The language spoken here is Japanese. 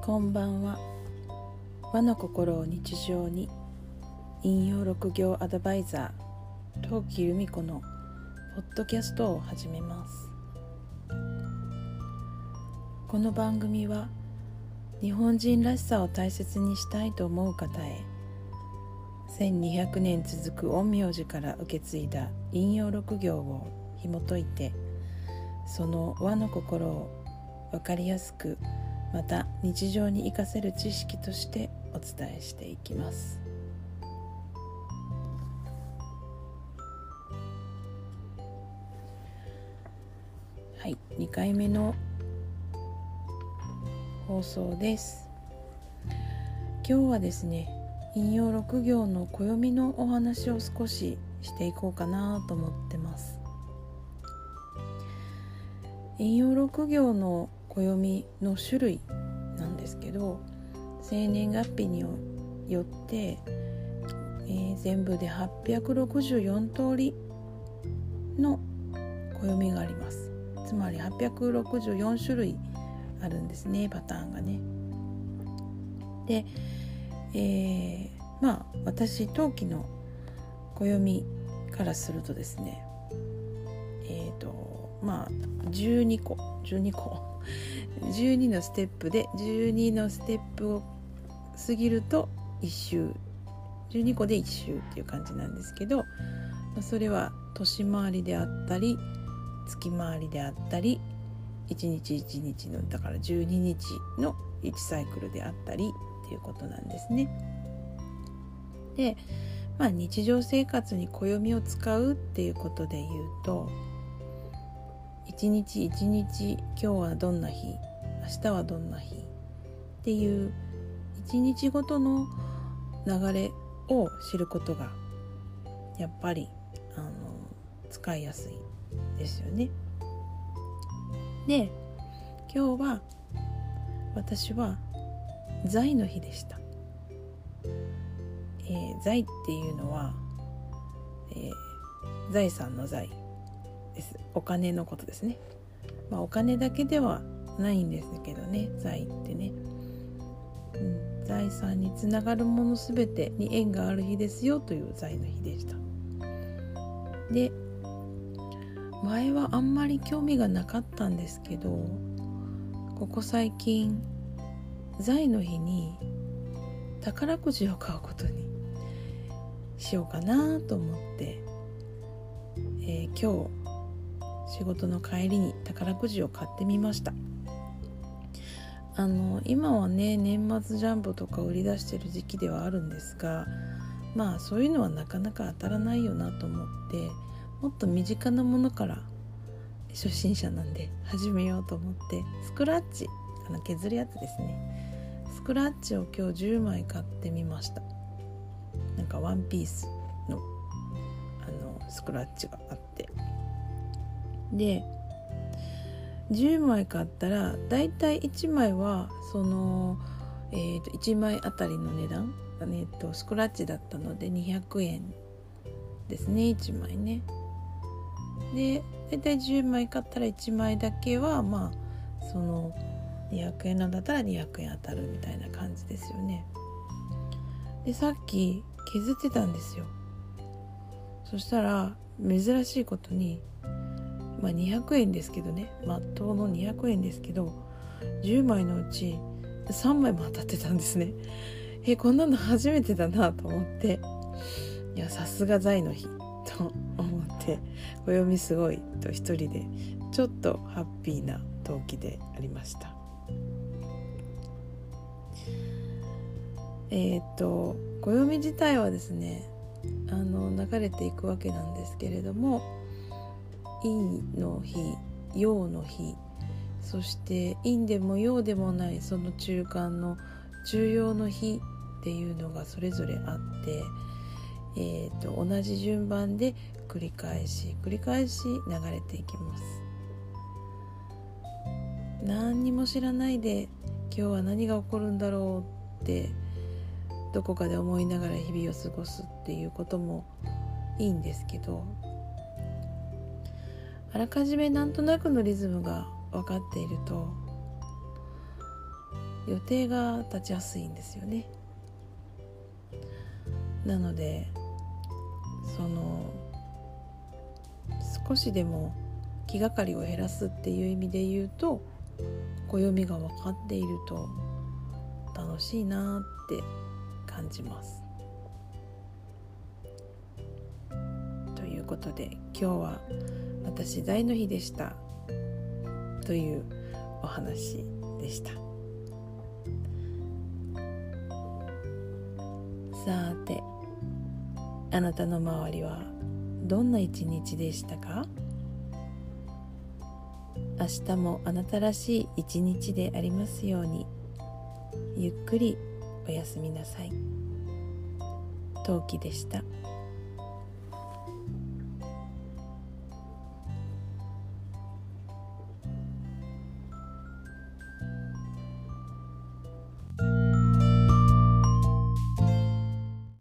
こんばんは。和の心を日常に、引用6行アドバイザー陶器由美子のポッドキャストを始めます。この番組は日本人らしさを大切にしたいと思う方へ、1200年続く陰陽師から受け継いだ引用6行を紐解いて、その和の心を分かりやすく、また日常に生かせる知識としてお伝えしていきます。はい、2回目の放送です。今日はですね、引用6行の暦のお話を少ししていこうかなと思ってます。引用6行の暦の種類なんですけど、生年月日によって、全部で864通りの暦があります。つまり864種類あるんですね、パターンがね。で、私陶器の暦からするとですね、12個12のステップで、12のステップを過ぎると1周、12個で1周っていう感じなんですけど、それは年回りであったり月回りであったり、1日1日のだから12日の1サイクルであったりっていうことなんですね。で、日常生活に暦を使うっていうことで言うと、一日一日、今日はどんな日、明日はどんな日っていう一日ごとの流れを知ることがやっぱり使いやすいですよね。で、今日は私は財の日でした。財っていうのは、財産の財です。お金のことですね。お金だけではないんですけどね、財ってね、財産につながるものすべてに縁がある日ですよという財の日でした。で、前はあんまり興味がなかったんですけど、ここ最近財の日に宝くじを買うことにしようかなと思って、今日仕事の帰りに宝くじを買ってみました。今はね、年末ジャンボとか売り出してる時期ではあるんですが、そういうのはなかなか当たらないよなと思って、もっと身近なものから初心者なんで始めようと思って、スクラッチ、削るやつですね、スクラッチを今日10枚買ってみました。なんかワンピースのスクラッチがあって、で10枚買ったらだいたい1枚はその、1枚あたりの値段、スクラッチだったので200円ですね、1枚ね。でだいたい10枚買ったら1枚だけはその200円なんだったら200円当たるみたいな感じですよね。で、さっき削ってたんですよ。そしたら珍しいことに、200円ですけどね、まっとうの200円ですけど、10枚のうち3枚も当たってたんですね。こんなの初めてだなと思って、いや、さすが財の日と思って、暦すごいと一人でちょっとハッピーな陶器でありました。暦自体はですね、流れていくわけなんですけれども、陰の日、陽の日、そして陰でも陽でもないその中間の中陽の日っていうのがそれぞれあって、同じ順番で繰り返し流れていきます。何にも知らないで今日は何が起こるんだろうってどこかで思いながら日々を過ごすっていうこともいいんですけど、あらかじめなんとなくのリズムが分かっていると、 予定が立ちやすいんですよね。なので少しでも気がかりを減らすっていう意味で言うと、暦が分かっていると楽しいなって感じます。ということで今日は私大の日でしたというお話でした。さて、あなたの周りはどんな一日でしたか？明日もあなたらしい一日でありますように。ゆっくりおやすみなさい。陶器でした。